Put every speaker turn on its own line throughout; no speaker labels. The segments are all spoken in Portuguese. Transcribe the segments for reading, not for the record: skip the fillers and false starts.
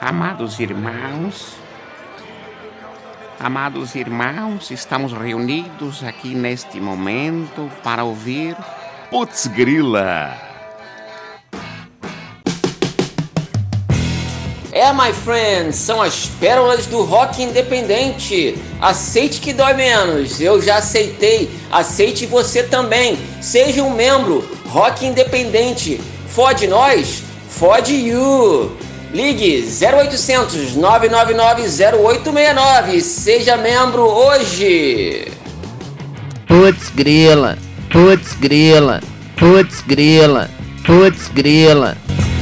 Amados irmãos, estamos reunidos aqui neste momento para ouvir Putz Grila.
My friends, são as pérolas do rock independente. Aceite que dói menos, eu já aceitei. Aceite você também. Seja um membro. Rock independente. Fode nós, fode you. Ligue 0800 999 0869. Seja membro hoje.
Putz grila, putz grila, putz grila, putz grila.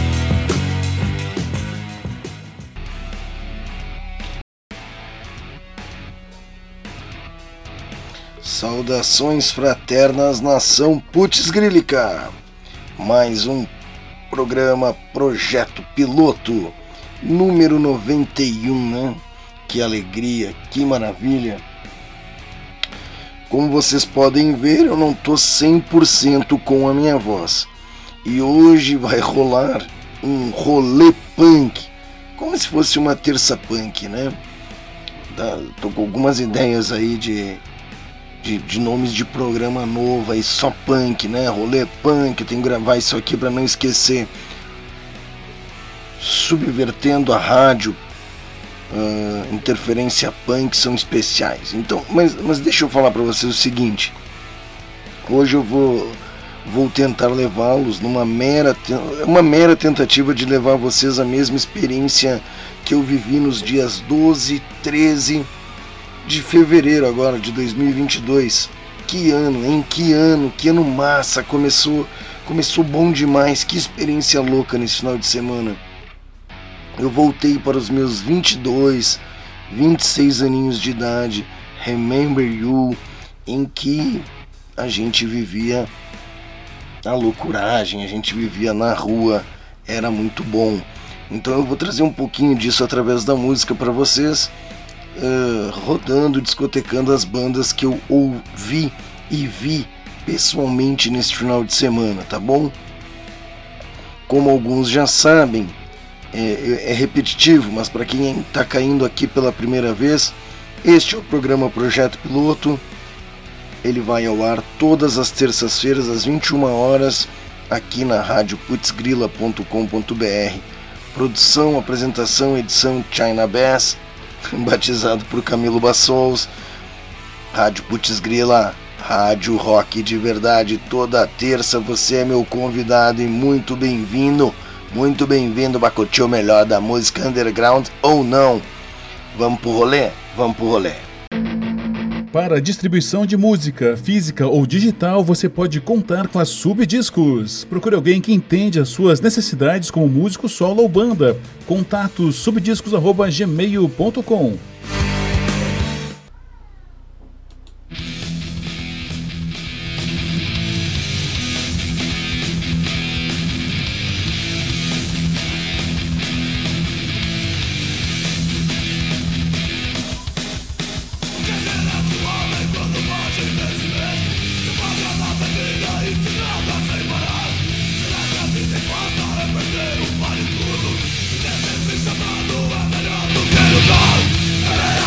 Saudações fraternas, nação Putz Grílica. Mais um programa Projeto Piloto, número 91, né? Que alegria, que maravilha. Como vocês podem ver, eu não tô 100% com a minha voz. E hoje vai rolar um rolê punk, como se fosse uma terça punk, né? Tô com algumas ideias aí de nomes de programa novo aí, só punk, né? Rolê punk, eu tenho que gravar isso aqui para não esquecer. Subvertendo a rádio, interferência punk são especiais. Então, mas deixa eu falar para vocês o seguinte. Hoje eu vou tentar levá-los uma mera tentativa de levar vocês a mesma experiência que eu vivi nos dias 12 e 13 de fevereiro agora de 2022. Que ano, hein? Que ano massa, começou bom demais, que experiência louca nesse final de semana. Eu voltei para os meus 22, 26 aninhos de idade, Remember You, em que a gente vivia a loucuragem, a gente vivia na rua, era muito bom. Então eu vou trazer um pouquinho disso através da música para vocês, rodando, discotecando as bandas que eu ouvi e vi pessoalmente neste final de semana, tá bom? Como alguns já sabem, é repetitivo, mas para quem está caindo aqui pela primeira vez, este é o programa Projeto Piloto. Ele vai ao ar todas as terças-feiras às 21 horas aqui na rádio putzgrila.com.br. Produção, apresentação, edição China Bass, batizado por Camilo Bassols. Rádio Putz Grila, rádio rock de verdade. Toda terça você é meu convidado e muito bem-vindo. Muito bem-vindo, Bacotinho, melhor da música underground ou não. Vamos pro rolê? Vamos pro rolê.
Para distribuição de música, física ou digital, você pode contar com a Subdiscos. Procure alguém que entende as suas necessidades como músico solo ou banda. Contato subdiscos@gmail.com.
Quero dar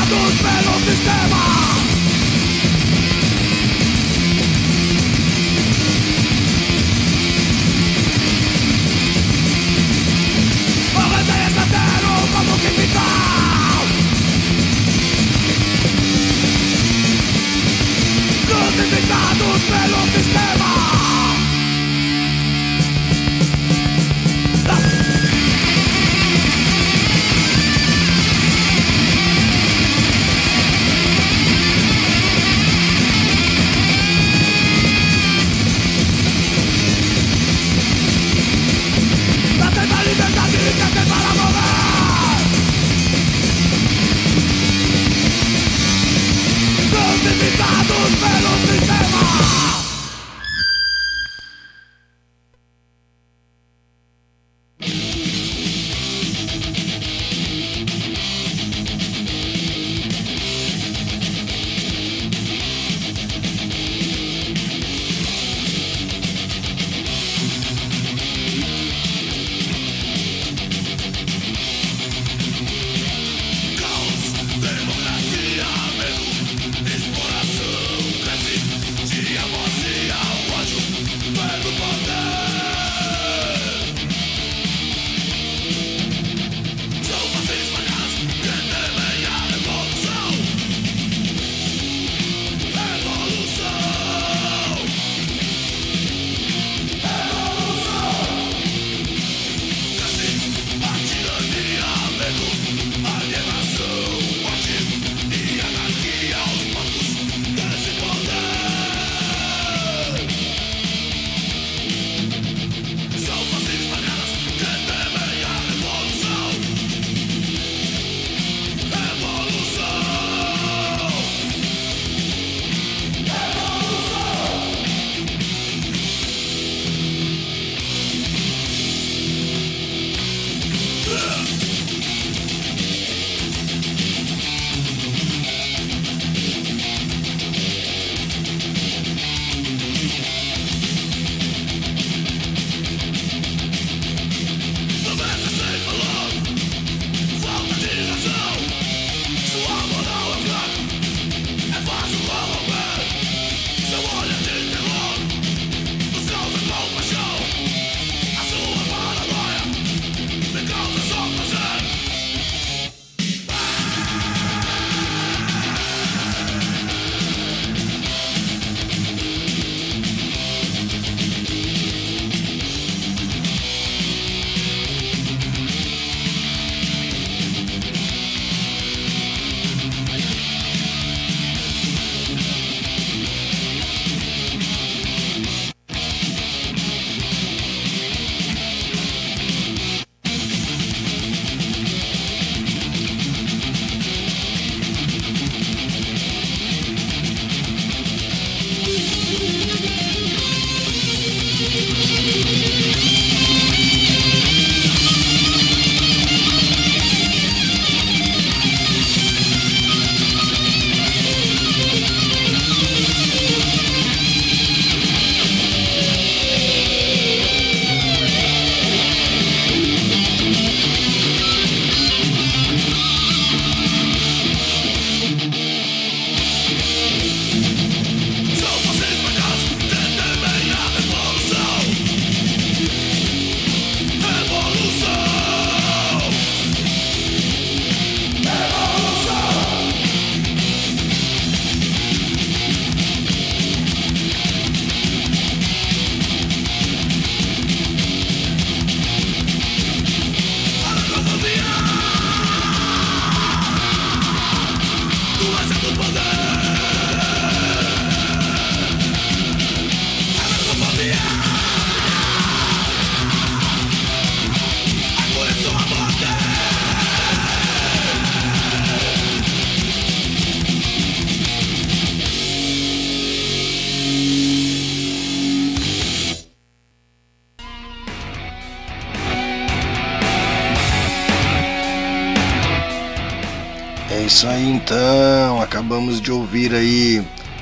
isso aí então, acabamos de ouvir aí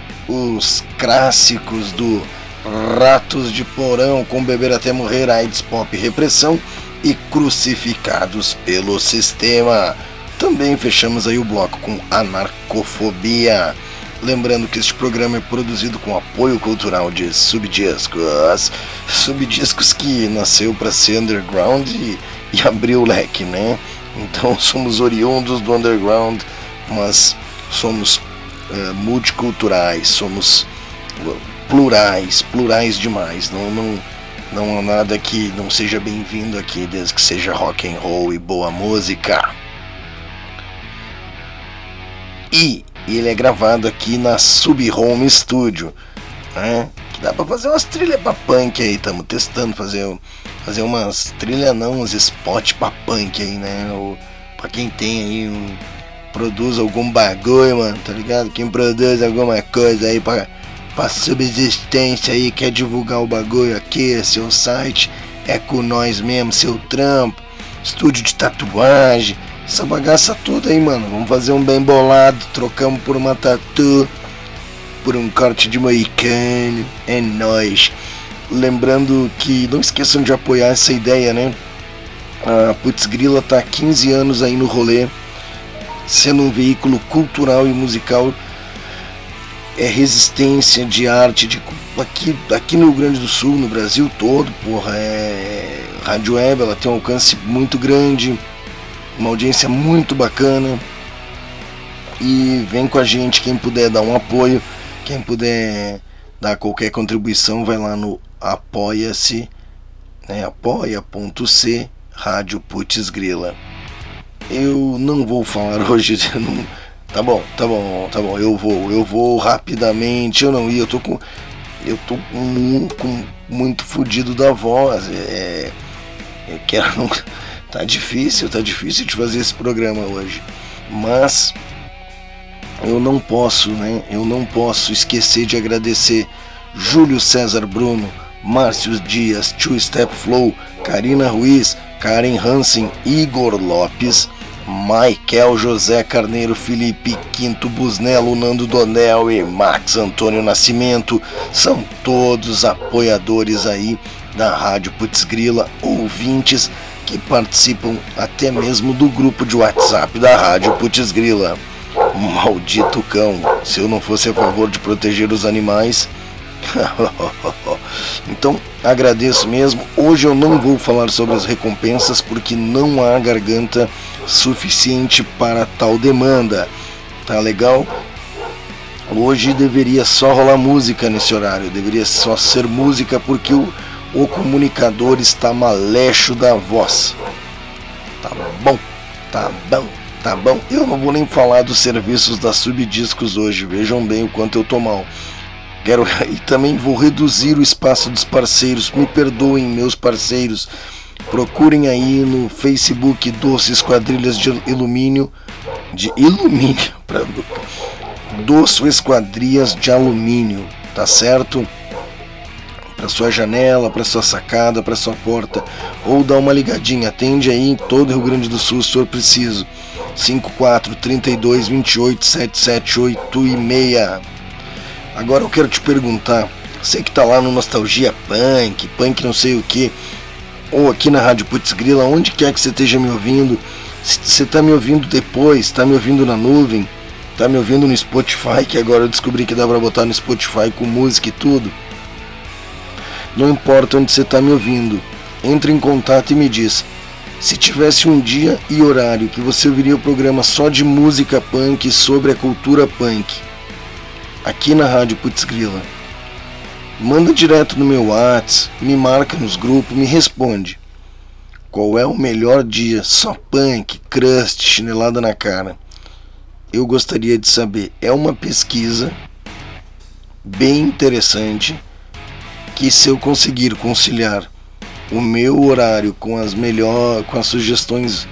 os clássicos do Ratos de Porão com Beber Até Morrer, AIDS, Pop, Repressão e Crucificados pelo Sistema. Também fechamos aí o bloco com Anarcofobia. Lembrando que este programa é produzido com apoio cultural de Subdiscos. Subdiscos que nasceu para ser underground e abriu o leque, né? Então somos oriundos do underground, mas somos multiculturais, somos plurais demais. Não há nada que não seja bem-vindo aqui, desde que seja rock and roll e boa música. E ele é gravado aqui na Sub Home Studio, né? Que dá pra fazer umas trilhas pra punk aí, estamos testando fazer umas trilhas não, uns spots pra punk aí, né? Ou pra quem tem aí, produz algum bagulho, mano, tá ligado? Quem produz alguma coisa aí pra subsistência aí, quer divulgar o bagulho aqui, seu site, é com nós mesmo, seu trampo, estúdio de tatuagem, essa bagaça toda aí, mano. Vamos fazer um bem bolado, trocamos por uma tatu, por um corte de moicano, é nóis. Lembrando que não esqueçam de apoiar essa ideia, né? A Putz Grila tá há 15 anos aí no rolê, sendo um veículo cultural e musical, é resistência de arte, aqui no Rio Grande do Sul, no Brasil todo, porra, Rádio Web, ela tem um alcance muito grande, uma audiência muito bacana, e vem com a gente, quem puder dar um apoio, quem puder dar qualquer contribuição, vai lá no apoia-se, né, apoia.c Rádio Putz Grila. Eu não vou falar hoje, tá bom, eu vou rapidamente, eu tô muito fudido da voz, tá difícil de fazer esse programa hoje, mas eu não posso esquecer de agradecer Júlio César Bruno, Márcio Dias, Two Step Flow, Karina Ruiz, Karen Hansen, Igor Lopes, Michael José Carneiro, Felipe Quinto Busnello, Nando Donel e Max Antônio Nascimento. São todos apoiadores aí da Rádio Putz Grila, ouvintes que participam até mesmo do grupo de WhatsApp da Rádio Putz Grila. Maldito cão, se eu não fosse a favor de proteger os animais. Então agradeço mesmo. Hoje eu não vou falar sobre as recompensas porque não há garganta suficiente para tal demanda. Tá legal? Hoje deveria só rolar música nesse horário, deveria só ser música porque o comunicador está malecho da voz. Tá bom. Eu não vou nem falar dos serviços da Subdiscos hoje, vejam bem o quanto eu tô mal. E também vou reduzir o espaço dos parceiros. Me perdoem, meus parceiros. Procurem aí no Facebook Doce Esquadrilhas de Alumínio. Doce Esquadrias de Alumínio, tá certo? Para sua janela, para sua sacada, para sua porta. Ou dá uma ligadinha. Atende aí em todo o Rio Grande do Sul, se for preciso. 54 32 28 778 e 6. Agora eu quero te perguntar, você que tá lá no Nostalgia Punk não sei o que, ou aqui na Rádio Putz Grila, onde quer que você esteja me ouvindo, se você tá me ouvindo depois, tá me ouvindo na nuvem, tá me ouvindo no Spotify, que agora eu descobri que dá pra botar no Spotify com música e tudo, não importa onde você tá me ouvindo, entre em contato e me diz, se tivesse um dia e horário que você ouviria o programa só de música punk sobre a cultura punk, aqui na Rádio Putz Grila, manda direto no meu WhatsApp, me marca nos grupos, me responde. Qual é o melhor dia? Só punk, crust, chinelada na cara. Eu gostaria de saber. É uma pesquisa bem interessante que, se eu conseguir conciliar o meu horário com as sugestões,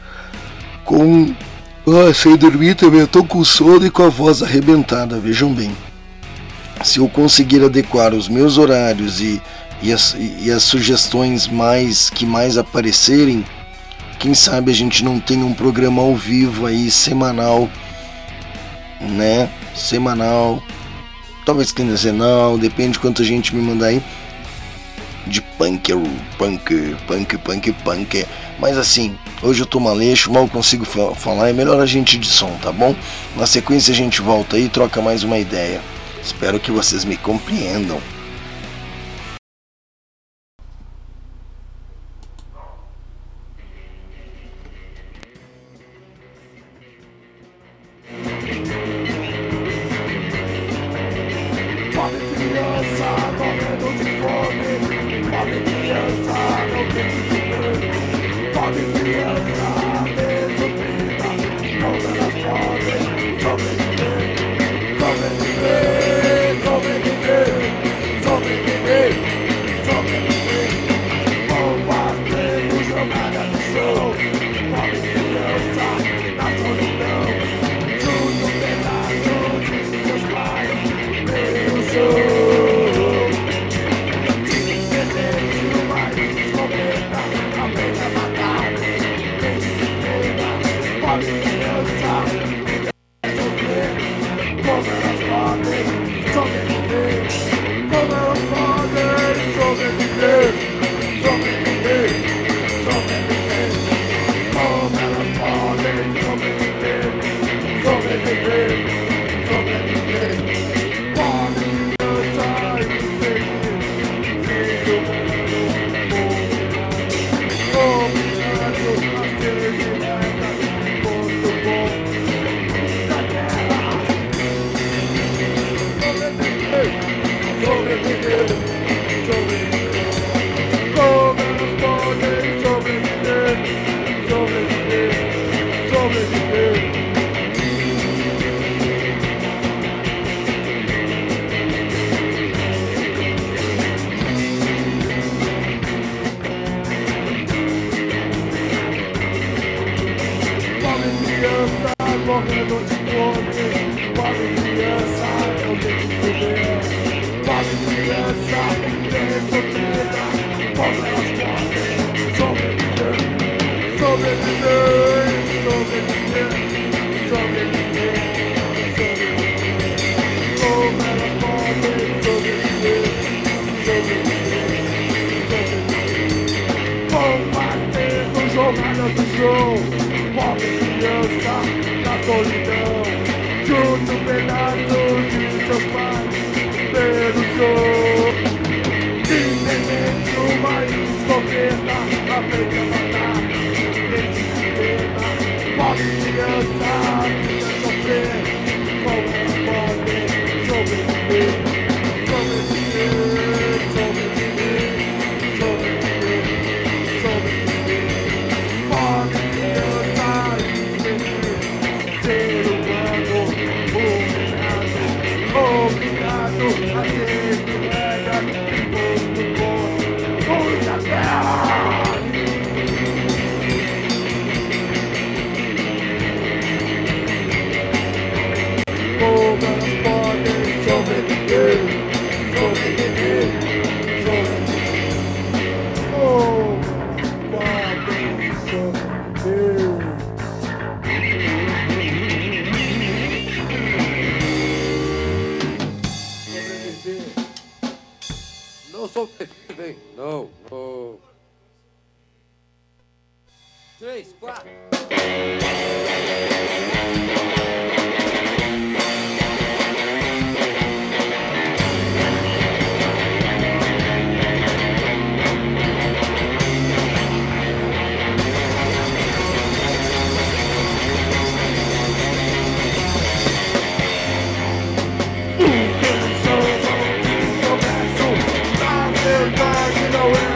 sem dormir também, eu tô com sono e com a voz arrebentada, vejam bem. Se eu conseguir adequar os meus horários e as sugestões que mais aparecerem, quem sabe a gente não tem um programa ao vivo aí, semanal, né? Semanal, talvez quinzenal, depende de quanta gente me mandar aí, de punk. Mas assim, Hoje eu tô maleixo, mal consigo falar, é melhor a gente ir de som, tá bom? Na sequência a gente volta aí e troca mais uma ideia. Espero que vocês me compreendam.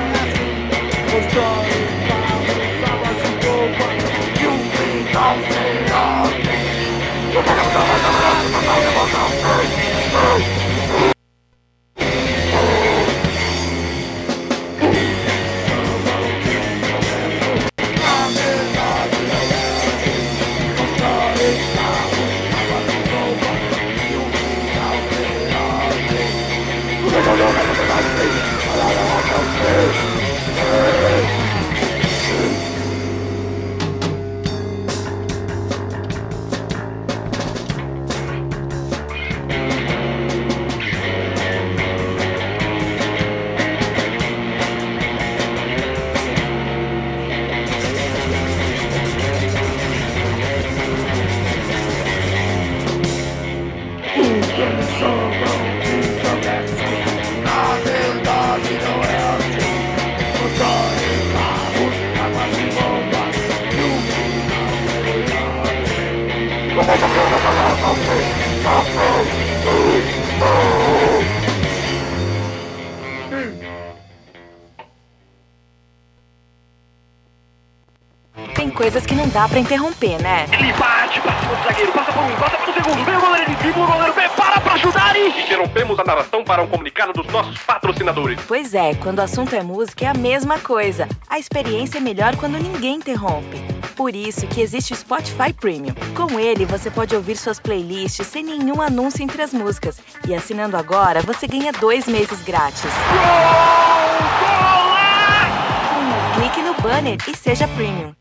Starting by the summer, she go, but you think I'll say coisas que não dá pra interromper, né?
Ele bate pra cima do zagueiro, passa por um, passa pelo segundo, vem o goleiro, ele dribla, o goleiro vem, para ajudar e... Interrompemos a narração para um comunicado dos nossos patrocinadores.
Pois é, quando o assunto é música é a mesma coisa. A experiência é melhor quando ninguém interrompe. Por isso que existe o Spotify Premium. Com ele, você pode ouvir suas playlists sem nenhum anúncio entre as músicas. E assinando agora, você ganha 2 meses grátis. Clique no banner e seja Premium.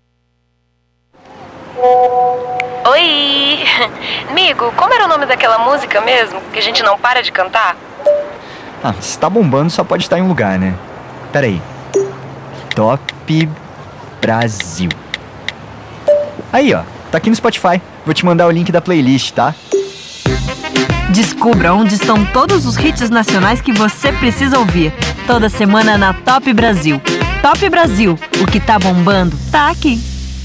Oi! Amigo, como era o nome daquela música mesmo, que a gente não para de cantar?
Ah, se tá bombando, só pode estar em um lugar, né? Pera aí. Top Brasil. Aí, ó. Tá aqui no Spotify. Vou te mandar o link da playlist, tá?
Descubra onde estão todos os hits nacionais que você precisa ouvir. Toda semana na Top Brasil. Top Brasil. O que tá bombando, tá aqui.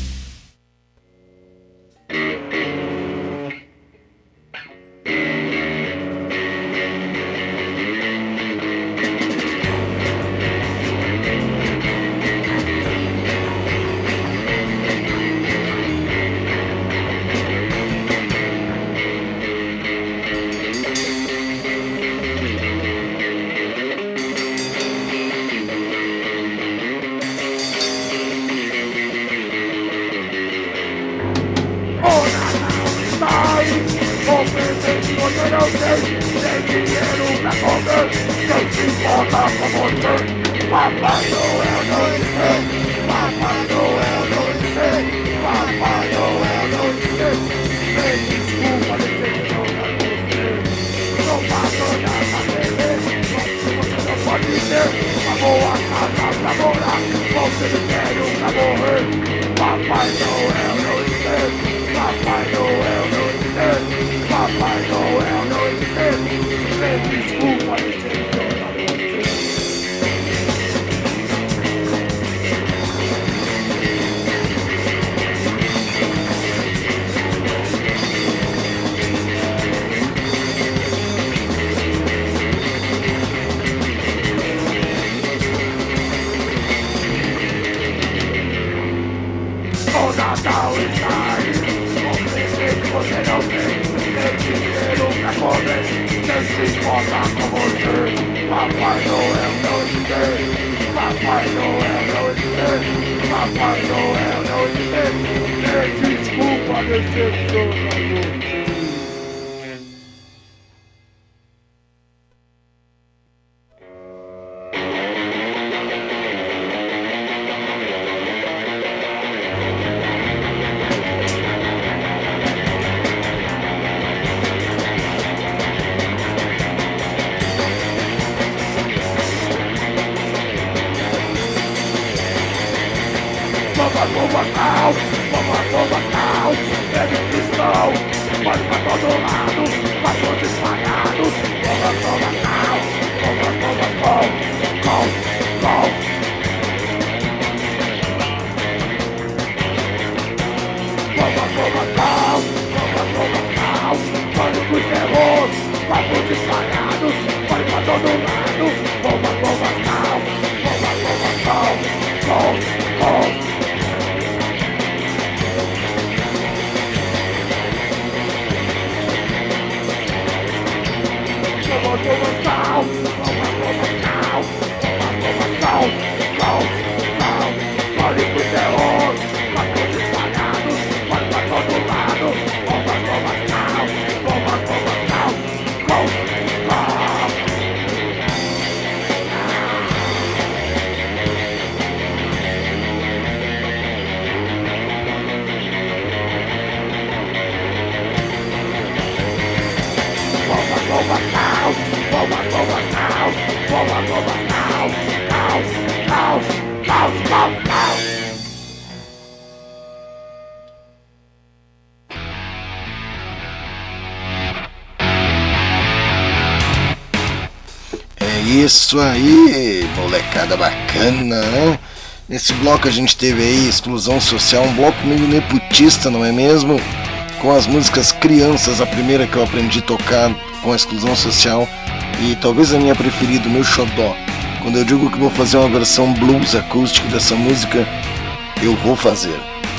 Isso aí, molecada bacana, né? Nesse bloco a gente teve aí Exclusão Social, um bloco meio nepotista, não é mesmo? Com as músicas Crianças, a primeira que eu aprendi a tocar com a Exclusão Social e talvez a minha preferida, o meu xodó. Quando eu digo que vou fazer uma versão blues acústica dessa música, eu vou fazer.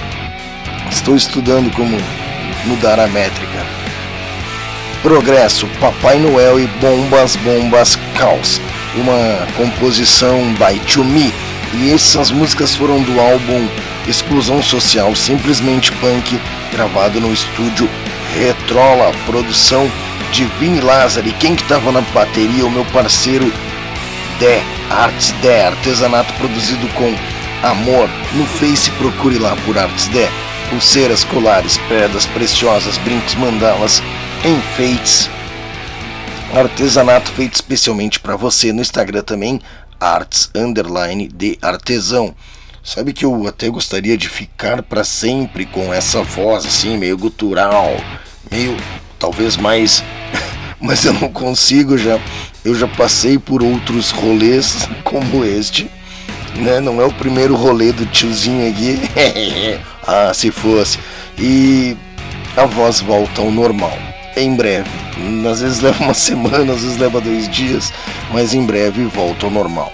Estou estudando como mudar a métrica. Progresso, Papai Noel e Bombas Caos, uma composição by To Me, e essas músicas foram do álbum Exclusão Social, Simplesmente Punk, gravado no estúdio Retrola, produção de Vini Lázaro. E quem que tava na bateria? O meu parceiro Dé, Artes Dé, artesanato produzido com amor. No Face procure lá por Artes Dé, pulseiras, colares, pedras preciosas, brincos, mandalas, enfeites, artesanato feito especialmente para você. No Instagram também, artes_de artesão. Sabe que eu até gostaria de ficar para sempre com essa voz assim, meio gutural, meio talvez mais, mas eu não consigo já. Eu já passei por outros rolês como este, né? Não é o primeiro rolê do tiozinho aqui. Ah, se fosse. E a voz volta ao normal em breve. Às vezes leva uma semana, às vezes leva 2 dias, mas em breve volta ao normal.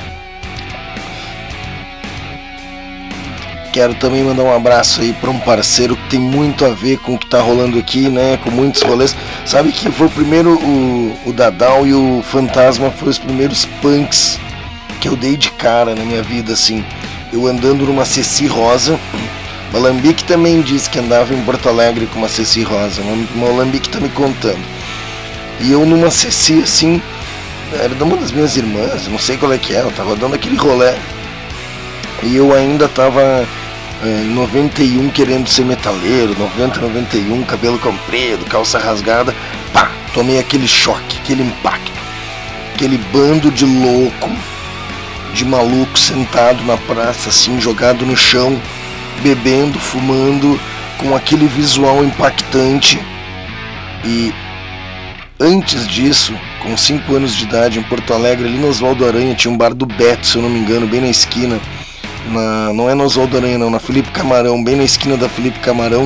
Quero também mandar um abraço aí para um parceiro que tem muito a ver com o que tá rolando aqui, né? Com muitos rolês. Sabe que foi o primeiro, o Dadal e o Fantasma foram os primeiros punks que eu dei de cara na minha vida, assim. Eu andando numa Ceci Rosa. Malambique também disse que andava em Porto Alegre com uma Ceci Rosa. Malambique tá me contando. E eu numa Ceci, assim, era de uma das minhas irmãs, não sei qual é que é, eu tava dando aquele rolê. E eu ainda tava em 91 querendo ser metaleiro, 90, 91, cabelo comprido, calça rasgada. Pá, tomei aquele choque, aquele impacto. Aquele bando de louco, de maluco sentado na praça, assim, jogado no chão, bebendo, fumando, com aquele visual impactante. E antes disso, com 5 anos de idade, em Porto Alegre, ali no Oswaldo Aranha, tinha um bar do Beto, se eu não me engano, bem na esquina. Não é no Oswaldo Aranha não, na Felipe Camarão, bem na esquina da Felipe Camarão.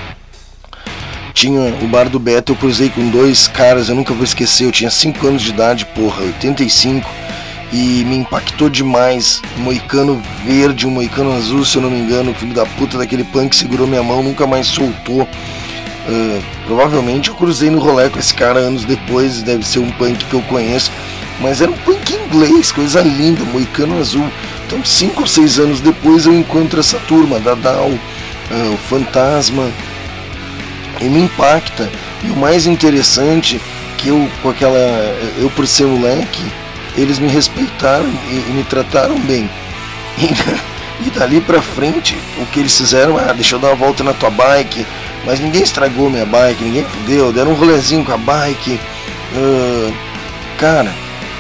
Tinha o bar do Beto, eu cruzei com 2 caras, eu nunca vou esquecer, eu tinha 5 anos de idade, 85, e me impactou demais. Um moicano verde, um moicano azul, se eu não me engano, o filho da puta daquele punk segurou minha mão, nunca mais soltou. Provavelmente eu cruzei no rolê com esse cara anos depois, deve ser um punk que eu conheço, mas era um punk inglês, coisa linda, moicano azul. Então 5 ou 6 anos depois eu encontro essa turma, Dadal, o Fantasma, e me impacta. E o mais interessante que eu por ser moleque, eles me respeitaram e me trataram bem. E dali pra frente, o que eles fizeram, deixa eu dar uma volta na tua bike, mas ninguém estragou minha bike, ninguém fudeu, deram um rolezinho com a bike. Cara,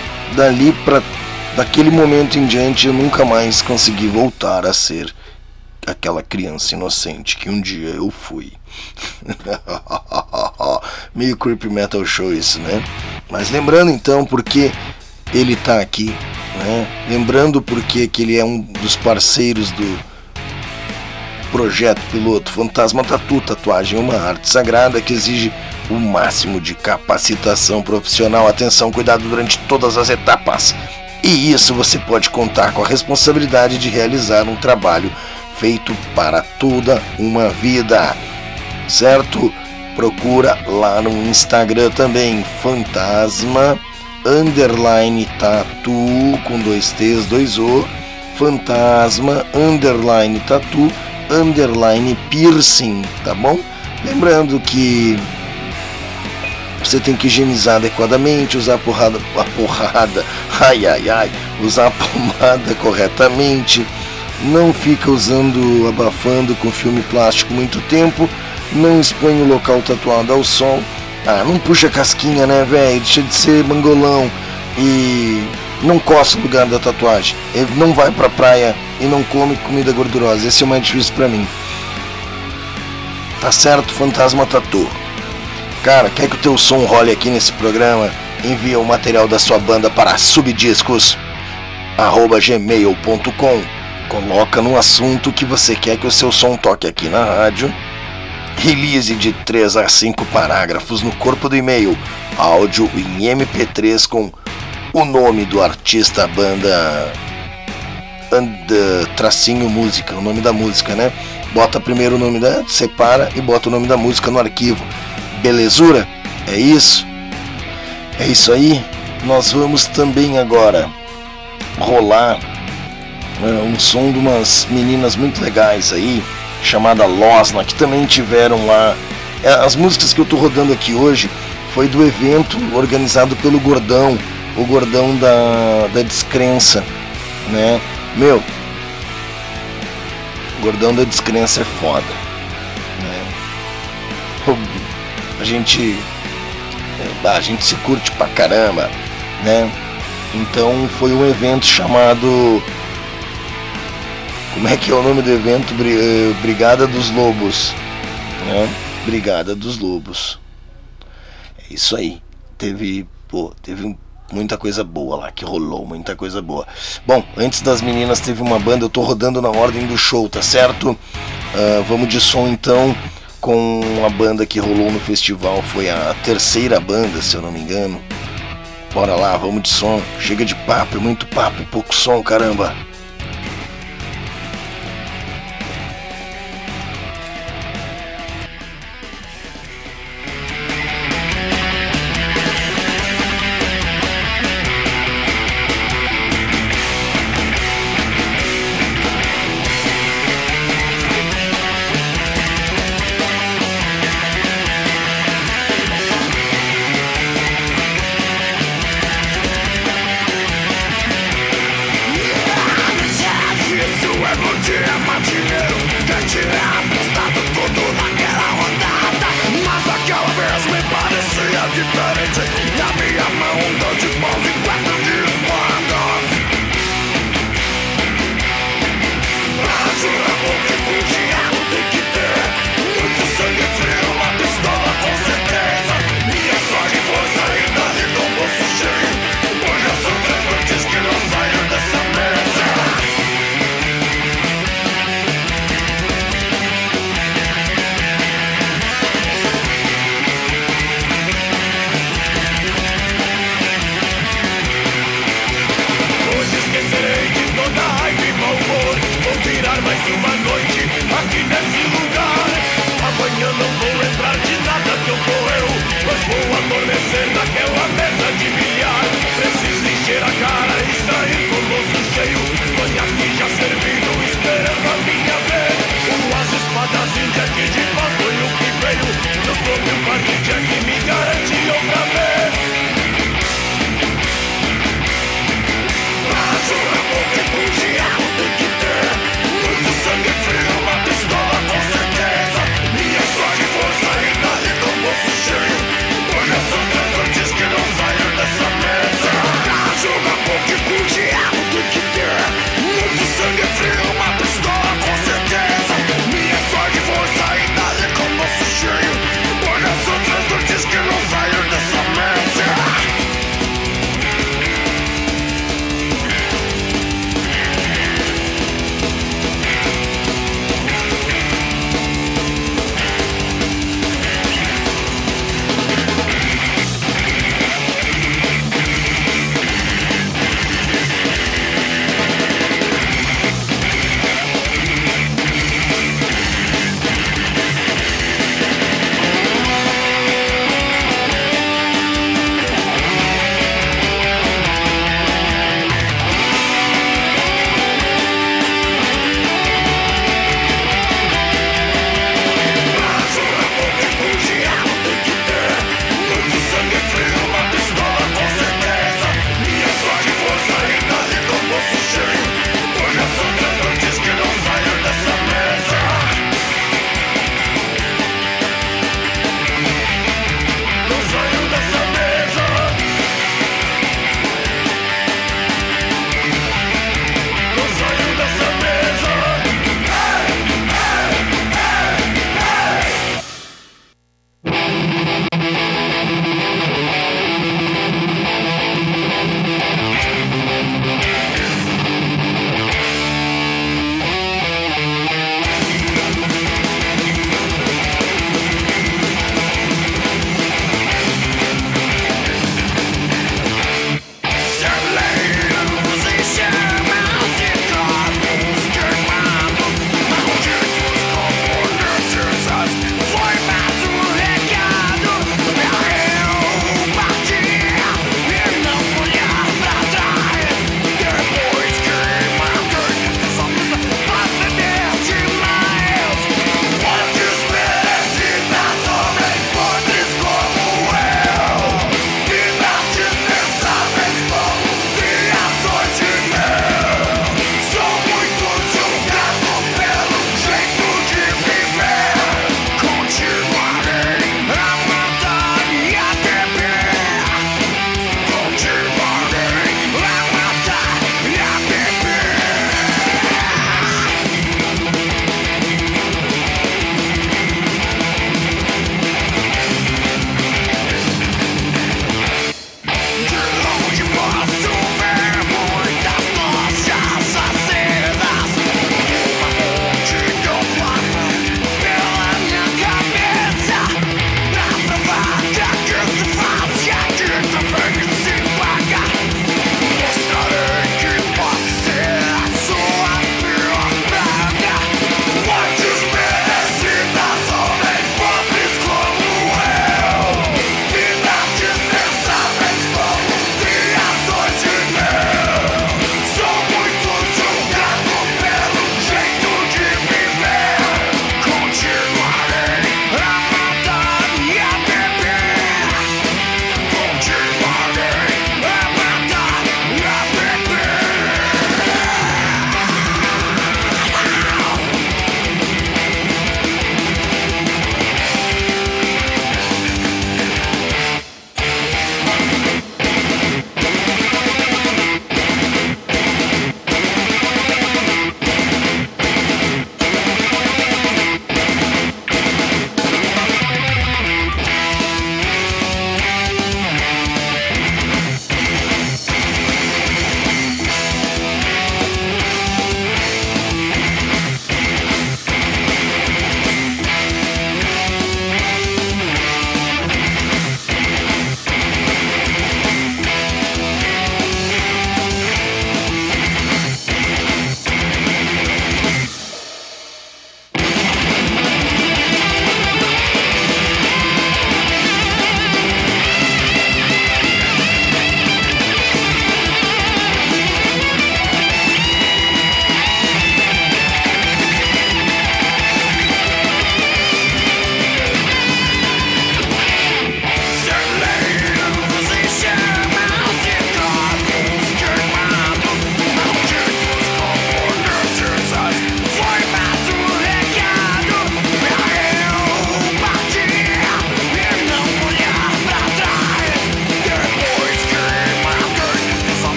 daquele momento em diante eu nunca mais consegui voltar a ser aquela criança inocente que um dia eu fui. Meio creepy metal show isso, né? Mas lembrando então porque ele tá aqui, né? Lembrando porque que ele é um dos parceiros do projeto piloto Fantasma Tatu. Tatuagem é uma arte sagrada que exige o máximo de capacitação profissional, atenção, cuidado durante todas as etapas. E isso você pode contar com a responsabilidade de realizar um trabalho feito para toda uma vida, certo? Procura lá no Instagram também, Fantasma_Tatu, com 2 T's, 2 O, Fantasma_Tatu _piercing, tá bom? Lembrando que você tem que higienizar adequadamente, usar a porrada, usar a pomada corretamente, não fica abafando com filme plástico muito tempo, não expõe o local tatuado ao sol, não puxa casquinha, né, velho, deixa de ser mangolão, e não coça o lugar da tatuagem, ele não vai pra praia e não come comida gordurosa, esse é o mais difícil pra mim, tá certo, Fantasma Tatu? Cara, quer que o teu som role aqui nesse programa? Envia o material da sua banda para subdiscos@gmail.com. Coloca no assunto que você quer que o seu som toque aqui na rádio. Release de 3 a 5 parágrafos no corpo do e-mail. Áudio em MP3 com o nome do artista, a banda, tracinho música, o nome da música, né? Bota primeiro o nome separa e bota o nome da música no arquivo. Belezura? É isso? É isso aí? Nós vamos também agora rolar um som de umas meninas muito legais aí, chamada Losna, que também tiveram lá. As músicas que eu tô rodando aqui hoje foi do evento organizado pelo Gordão, o Gordão da Descrença, né? Meu, o Gordão da Descrença é foda, né? A gente se curte pra caramba, né? Então foi um evento chamado... Como é que é o nome do evento? Brigada dos Lobos, né? Brigada dos Lobos. É isso aí. Teve muita coisa boa lá que rolou, muita coisa boa. Bom, antes das meninas teve uma banda, eu tô rodando na ordem do show, tá certo? Vamos de som então com a banda que rolou no festival, foi a terceira banda, se eu não me engano. Bora lá, vamos de som. Chega de papo, é muito papo, pouco som, caramba.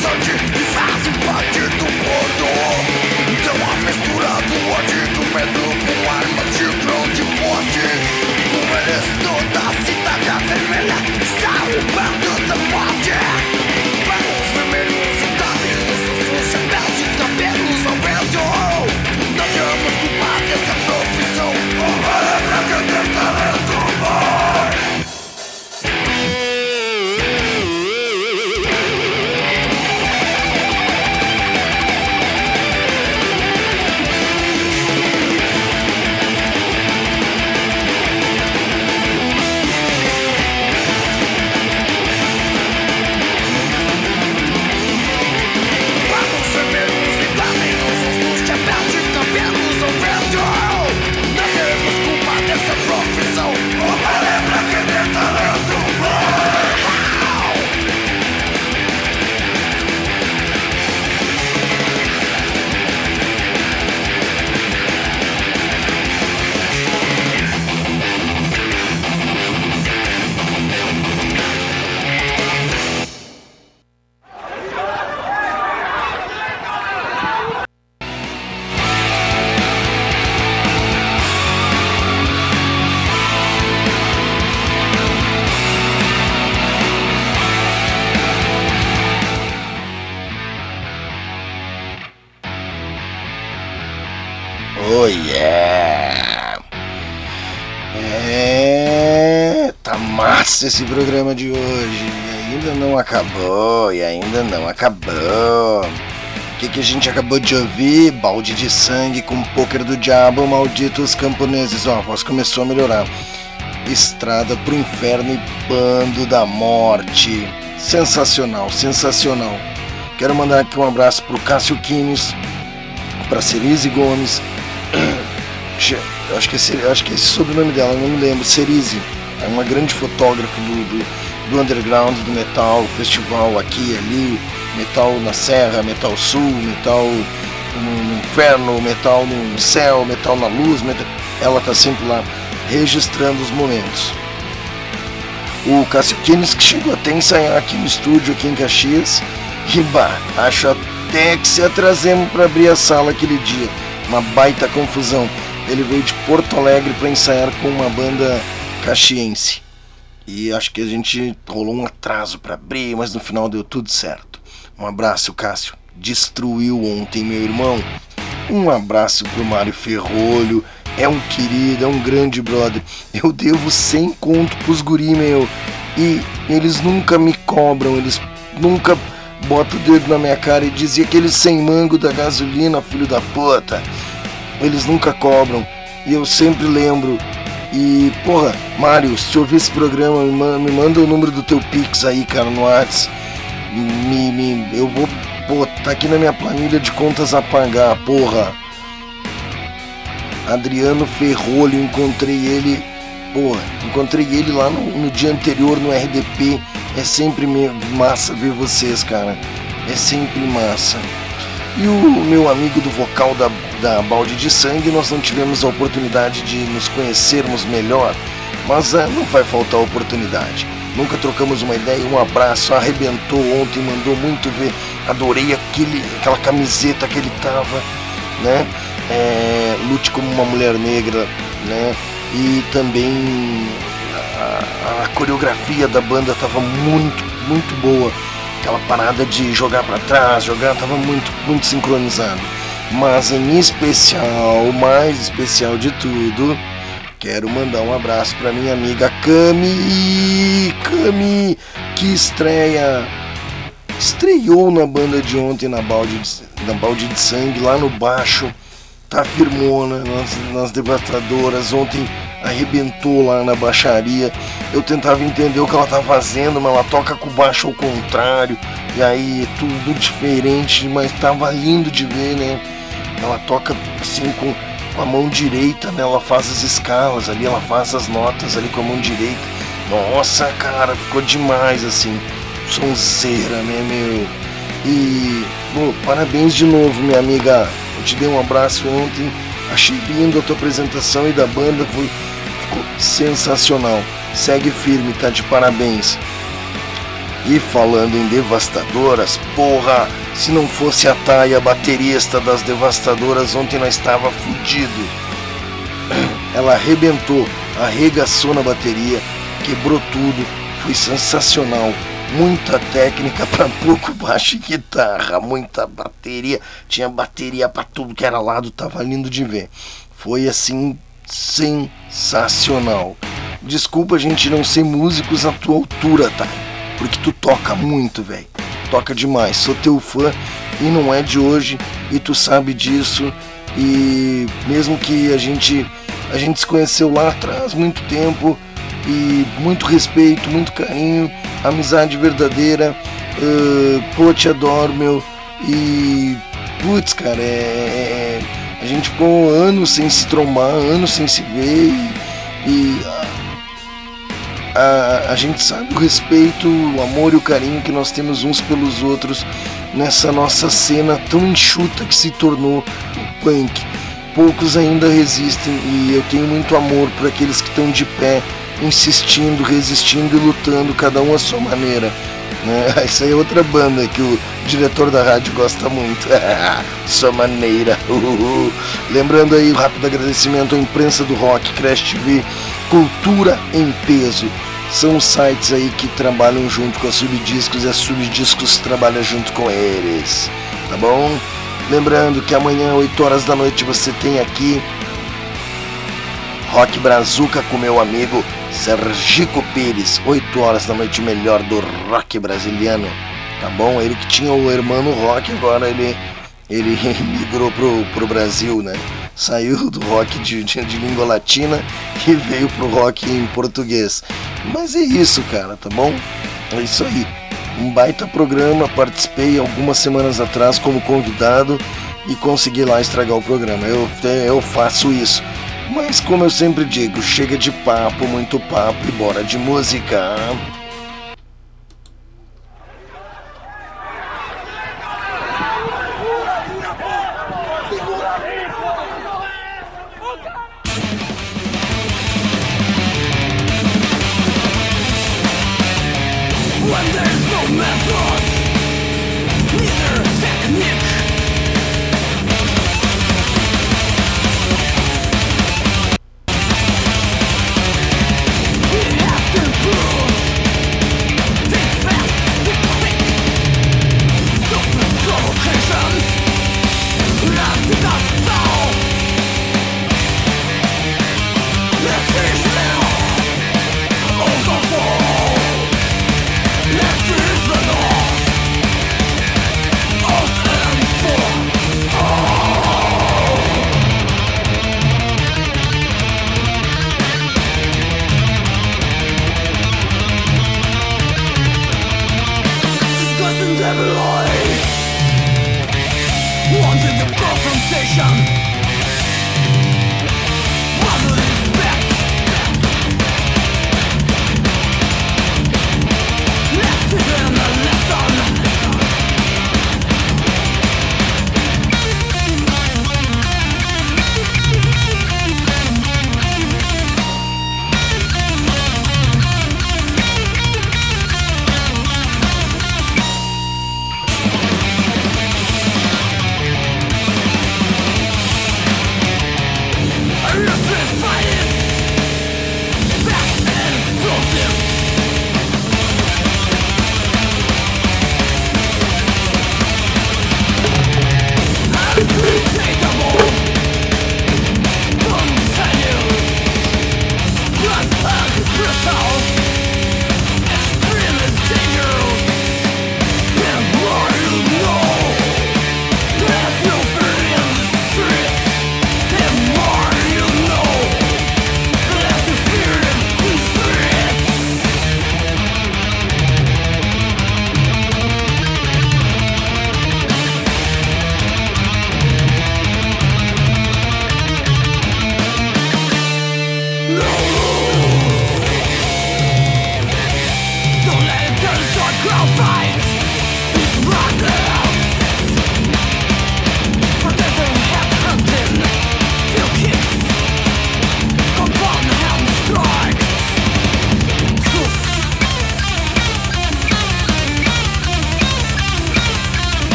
interessante e fazem parte do mundo. Então a mistura do ódio do medo com armas de grande porte. Com eles toda a cidade vermelha está o bando da morte. Barros vermelhos e cabelos, os chapéus e cabelos ao vento. Não temos culpa dessa profissão. Olha pra quem tem talento, vai!
Oh yeah! Tá massa esse programa de hoje. E ainda não acabou, O que a gente acabou de ouvir? Balde de Sangue com Pôquer do Diabo, Malditos Camponeses. Ó, a voz começou a melhorar. Estrada pro Inferno e Bando da Morte. Sensacional, sensacional. Quero mandar aqui um abraço pro Cássio Quines, pra Cerise Gomes. Acho que é esse sobrenome dela, não me lembro. Cerise é uma grande fotógrafa do underground, do metal, festival aqui e ali, metal na Serra, metal sul, metal no inferno, metal no céu, metal na luz, ela tá sempre lá registrando os momentos. O Cássio Quines, que chegou até a ensaiar aqui no estúdio, aqui em Caxias, e acho até que se atrasemos para abrir a sala aquele dia, uma baita confusão. Ele veio de Porto Alegre para ensaiar com uma banda caxiense. E acho que a gente rolou um atraso para abrir, mas no final deu tudo certo. Um abraço, Cássio. Destruiu ontem, meu irmão. Um abraço pro Mário Ferrolho. É um querido, é um grande brother. Eu devo 100 conto pros guri, meu. E eles nunca me cobram, eles nunca botam o dedo na minha cara e dizem aquele sem mango da gasolina, filho da puta. Eles nunca cobram. E eu sempre lembro. E, porra, Mário, se ouvir esse programa, me manda o número do teu Pix aí, cara, no WhatsApp. Eu vou botar aqui na minha planilha de contas a pagar, porra. Adriano Ferrolho, encontrei ele lá no dia anterior no RDP. É sempre massa ver vocês, cara. É sempre massa. E o meu amigo do vocal da Balde de Sangue, nós não tivemos a oportunidade de nos conhecermos melhor, mas não vai faltar oportunidade. Nunca trocamos uma ideia, um abraço, arrebentou ontem, mandou muito ver. Adorei aquela camiseta que ele tava, né? Lute como uma mulher negra, né? E também a coreografia da banda tava muito, muito boa. Aquela parada de jogar pra trás, tava muito, muito sincronizado. Mas em especial, o mais especial de tudo, quero mandar um abraço pra minha amiga Cami, que estreou na banda de ontem, na Balde de Sangue, lá no baixo. Tá firmona nas Devastadoras. Ontem arrebentou lá na baixaria. Eu tentava entender o que ela tá fazendo, mas ela toca com o baixo ao contrário. E aí tudo diferente, mas tava lindo de ver, né? Ela toca assim com a mão direita, né? Ela faz as escalas ali, ela faz as notas ali com a mão direita. Nossa, cara, ficou demais assim. Sonzeira, né, meu? E, parabéns de novo, minha amiga. Eu te dei um abraço ontem, achei lindo a tua apresentação e da banda, ficou sensacional. Segue firme, tá de parabéns. E falando em Devastadoras, porra, se não fosse a Thay, a baterista das Devastadoras, ontem nós estava fudido. Ela arrebentou, arregaçou na bateria, quebrou tudo, foi sensacional. Muita técnica para pouco baixo e guitarra, muita bateria, tinha bateria para tudo que era lado, tava lindo de ver. Foi assim, sensacional. Desculpa a gente não ser músicos à tua altura, tá? Porque tu toca muito, velho. Toca demais. Sou teu fã e não é de hoje. E tu sabe disso. E mesmo que a gente se conheceu lá atrás, muito tempo. E muito respeito, muito carinho. Amizade verdadeira. Pô, te adoro, meu. E... putz, cara, a gente ficou anos sem se trombar, anos sem se ver. E a gente sabe o respeito, o amor e o carinho que nós temos uns pelos outros nessa nossa cena tão enxuta que se tornou o punk. Poucos ainda resistem e eu tenho muito amor por aqueles que estão de pé, insistindo, resistindo e lutando, cada um à sua maneira. Essa é outra banda que o diretor da rádio gosta muito. Sua maneira. Lembrando aí, um rápido agradecimento à imprensa do rock, Crash TV, Cultura em Peso. São os sites aí que trabalham junto com a Subdiscos e a Subdiscos trabalha junto com eles. Tá bom? Lembrando que amanhã, 8 horas da noite, você tem aqui Rock Brazuca com meu amigo Sergico Pires. 8 horas da noite, melhor do rock brasiliano. Tá bom? Ele que tinha o Hermano Rock, agora ele migrou pro Brasil, né? Saiu do rock de língua latina e veio pro rock em português. Mas é isso, cara, tá bom? É isso aí. Um baita programa, participei algumas semanas atrás como convidado e consegui lá estragar o programa. Eu faço isso. Mas como eu sempre digo, chega de papo, muito papo e bora de música.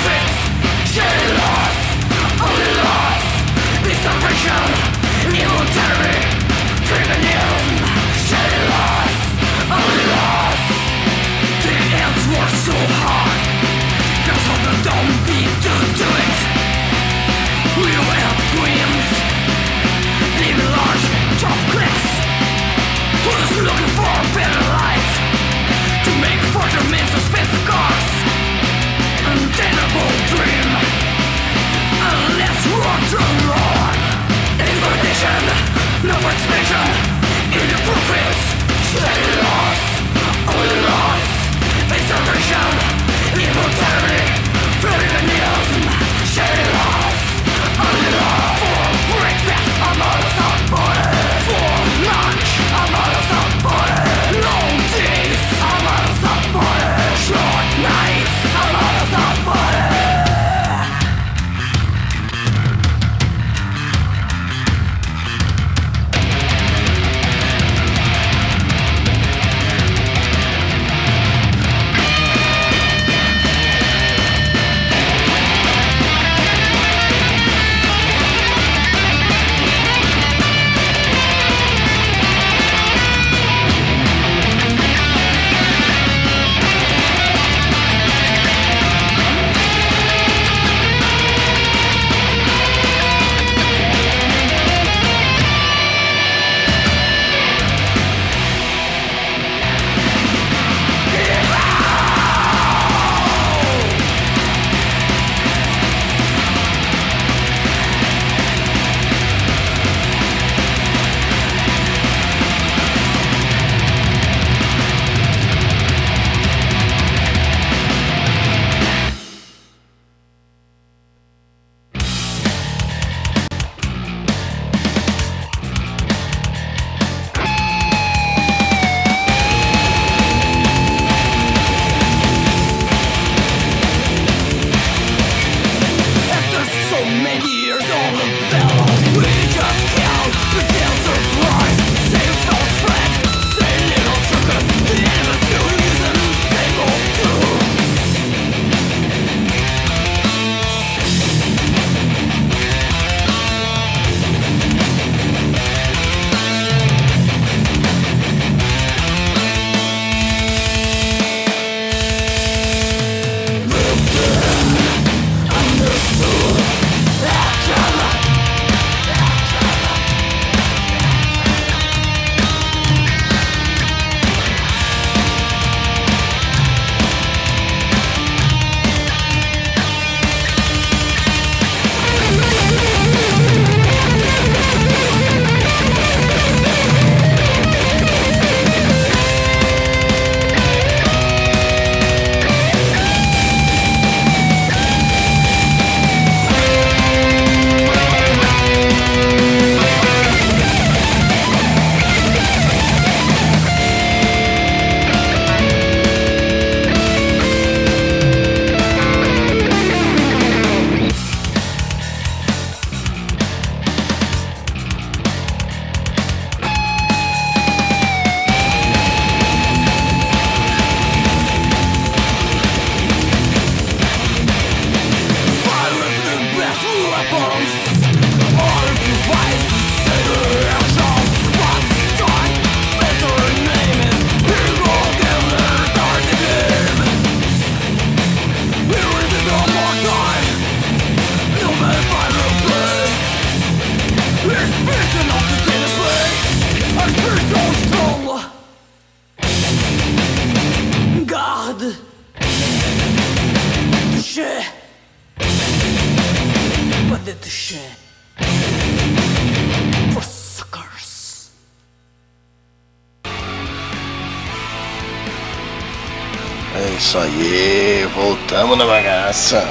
É isso aí, voltamos na bagaça.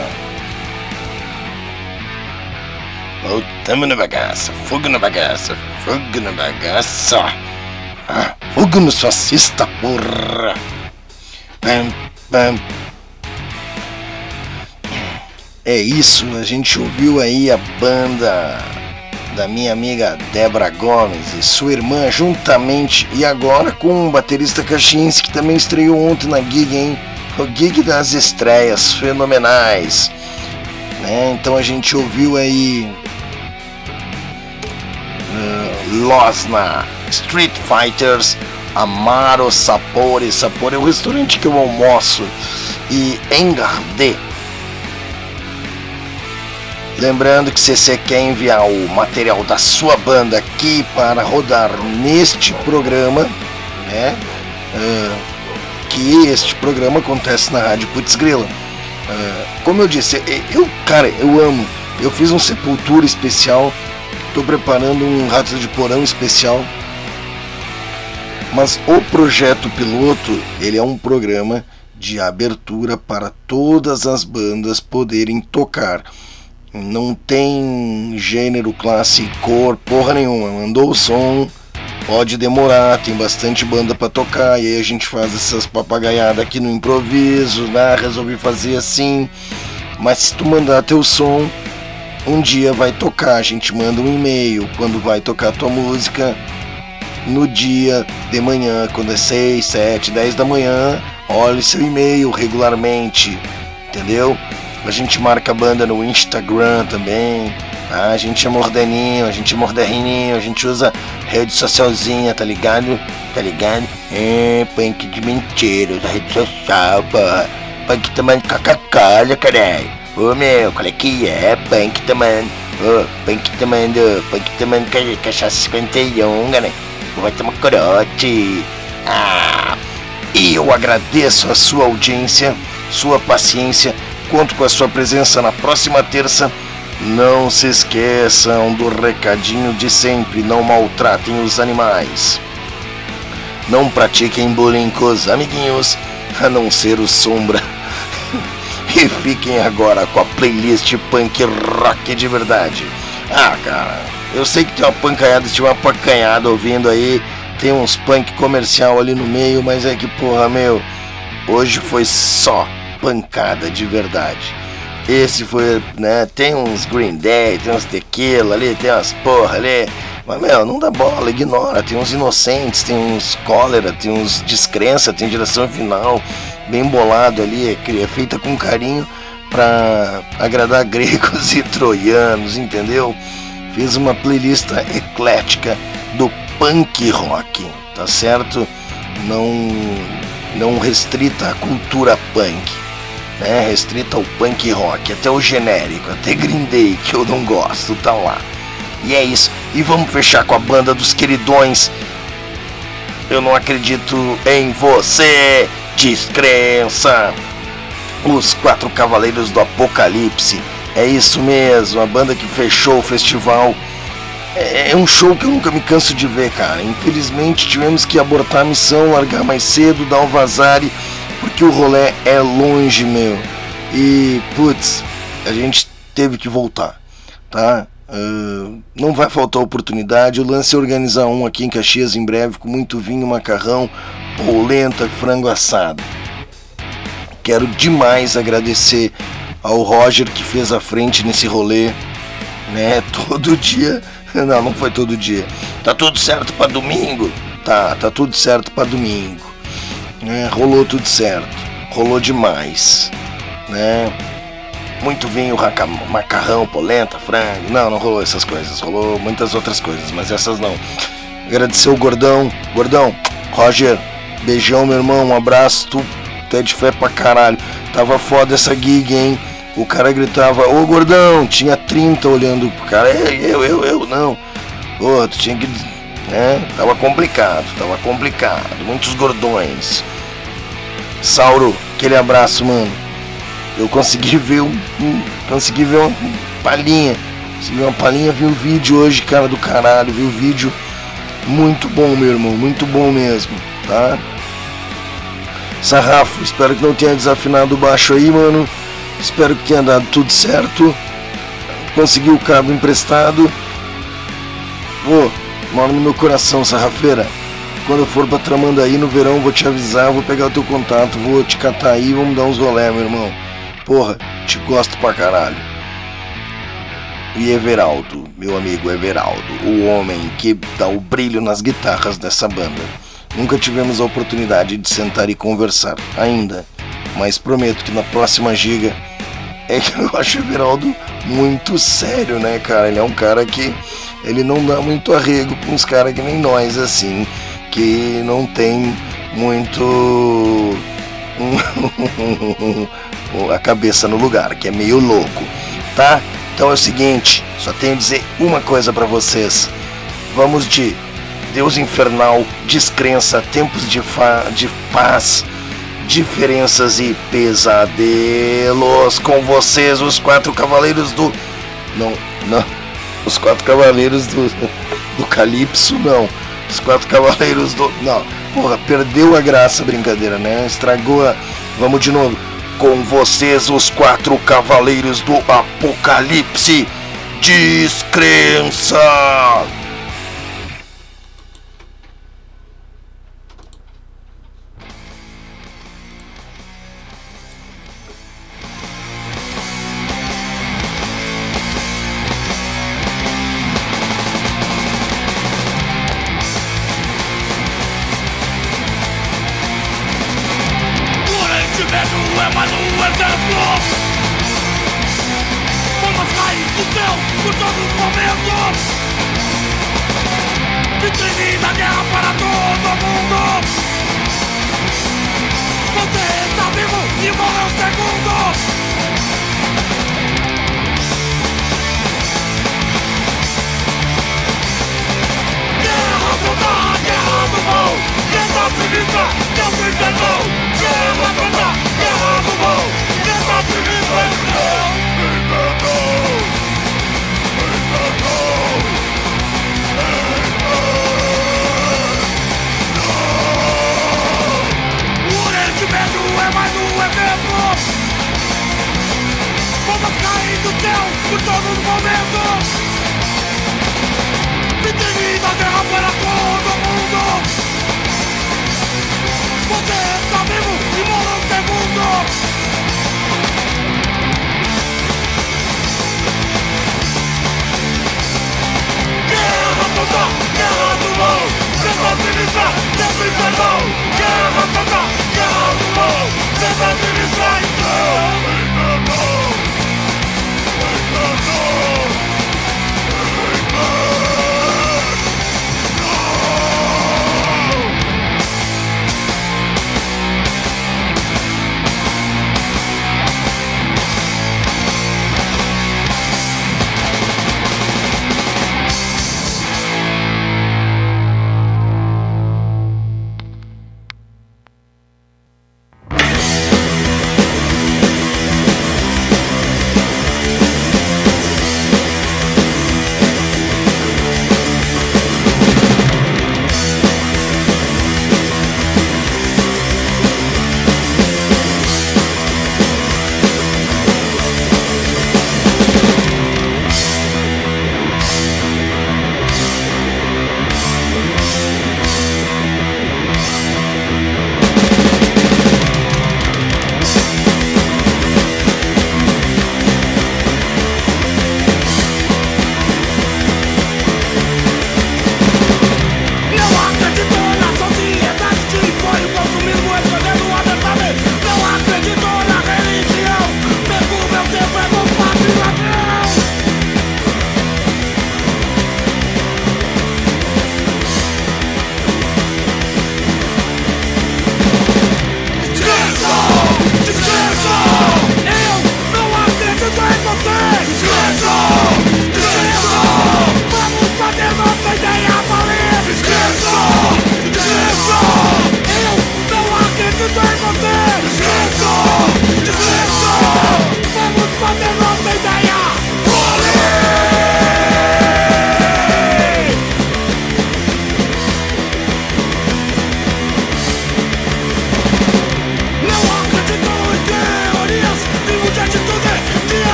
Voltamos na bagaça, fogo na bagaça, fogo na bagaça. Ah, fogo nos fascistas, porra. Pam, pam. É isso, a gente ouviu aí a banda da minha amiga Débora Gomes e sua irmã juntamente, e agora com o baterista Kaczynski, que também estreou ontem na gig, hein? O gig das estreias fenomenais. né? Então a gente ouviu aí Losna, Street Fighters, Amaro Sapore. Sapore é o restaurante que eu almoço, e Engarde. Lembrando que se você quer enviar o material da sua banda aqui para rodar neste programa, né? Que este programa acontece na Rádio Putz Grila. Como eu disse, eu amo. Eu fiz um Sepultura especial, estou preparando um Ratos de Porão especial. Mas o projeto piloto, ele é um programa de abertura para todas as bandas poderem tocar. Não tem gênero, classe, cor, porra nenhuma. Mandou o som, pode demorar, tem bastante banda pra tocar. E aí a gente faz essas papagaiadas aqui no improviso, né? Resolvi fazer assim. Mas se tu mandar teu som, um dia vai tocar. A gente manda um e-mail quando vai tocar tua música. No dia de manhã, quando é 6, 7, 10 da manhã, olhe seu e-mail regularmente, entendeu? A gente marca a banda no Instagram também. A gente é mordeninho, a gente é morderrininho, a gente usa rede socialzinha, tá ligado? Tá ligado? Punk de mentira, usa rede social, porra. Punk tomando Coca-Cola, caralho. Ô meu, qual é que é? Punk tomando. Punk tomando cachaça 51, galera. Vai tomar corote. E eu agradeço a sua audiência, sua paciência. Conto com a sua presença na próxima terça. Não se esqueçam do recadinho de sempre: não maltratem os animais, não pratiquem bullying com os amiguinhos, a não ser o Sombra. E fiquem agora com a playlist punk rock de verdade. Cara, eu sei que tem uma pancaiada, tem uma pacanhada ouvindo aí, tem uns punk comercial ali no meio, mas é que porra, meu, hoje foi só pancada de verdade. Esse foi, né, tem uns Green Day, tem uns Tequila ali, tem umas porra ali, mas meu, não dá bola, ignora. Tem uns Inocentes, tem uns Cólera, tem uns Descrença, tem Direção Final, bem bolado ali, é feita com carinho pra agradar gregos e troianos, entendeu? Fiz uma playlist eclética do punk rock, tá certo? Não restrita a cultura punk, né? Restrita ao punk rock, até o genérico, até Green Day, que eu não gosto, tá lá. E é isso, e vamos fechar com a banda dos queridões. Eu não acredito em você, Descrença. Os 4 Cavaleiros do Apocalipse. É isso mesmo, a banda que fechou o festival. É um show que eu nunca me canso de ver, cara. Infelizmente tivemos que abortar a missão, largar mais cedo, dar um vazare, porque o rolê é longe, meu. E, putz, a gente teve que voltar, tá? Não vai faltar oportunidade. O lance é organizar um aqui em Caxias em breve, com muito vinho, macarrão, polenta, frango assado. Quero demais agradecer ao Roger, que fez a frente nesse rolê, né? Todo dia. Não foi todo dia. Tá tudo certo pra domingo? Tá tudo certo pra domingo. Rolou tudo certo. Rolou demais, né? Muito vinho, macarrão, polenta, frango. Não rolou essas coisas. Rolou muitas outras coisas, mas essas não. Agradecer o Gordão. Gordão, Roger, beijão, meu irmão. Um abraço. Tu é de fé pra caralho. Tava foda essa gig, hein? O cara gritava: ô Gordão, tinha 30 olhando pro cara. Eu não. Pô, tu tinha que, né? Tava complicado. Muitos gordões. Sauro, aquele abraço, mano. Eu consegui ver uma palhinha. Vi o vídeo hoje, cara do caralho. Vi o vídeo. Muito bom, meu irmão. Muito bom mesmo, tá? Sarrafo, espero que não tenha desafinado o baixo aí, mano. Espero que tenha dado tudo certo. Consegui o cabo emprestado. Mora no meu coração, Sarrafeira. Quando eu for pra Tramandaí no verão, vou te avisar, vou pegar o teu contato, vou te catar aí, vamos dar uns rolé, meu irmão. Porra, te gosto pra caralho. E Everaldo, meu amigo Everaldo, o homem que dá o brilho nas guitarras dessa banda. Nunca tivemos a oportunidade de sentar e conversar ainda, mas prometo que na próxima giga é que eu acho o Everaldo muito sério, né, cara? Ele é um cara que ele não dá muito arrego com uns caras que nem nós, assim, que não tem muito a cabeça no lugar, que é meio louco, tá? Então é o seguinte, só tenho a dizer uma coisa pra vocês. Vamos de Deus Infernal, Descrença, Tempos de Paz, Diferenças e Pesadelos. Com vocês, os 4 cavaleiros do... Não, os 4 cavaleiros do Calypso, não. Os 4 cavaleiros do... Não, porra, perdeu a graça a brincadeira, né? Estragou a... Vamos de novo. Com vocês, os 4 cavaleiros do Apocalipse, Descrença.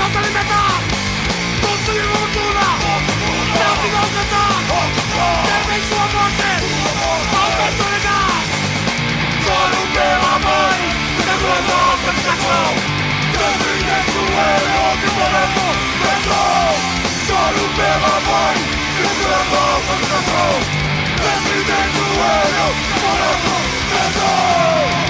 não se alimentar. Conseguir fortuna, não se não cantar. Devem sua morte, ao peito negar. Choro pela mãe, segurando a satisfação. Sempre dentro ele, onde morando, pensou. Choro pela mãe, segurando a satisfação. Sempre dentro ele, onde morando, pensou.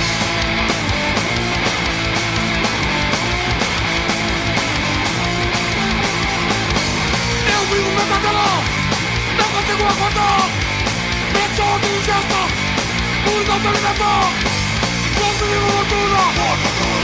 Vivo meu cabelo, não consigo acordar. Deixou de gesto, por não se alimentar. Consegui fortuna,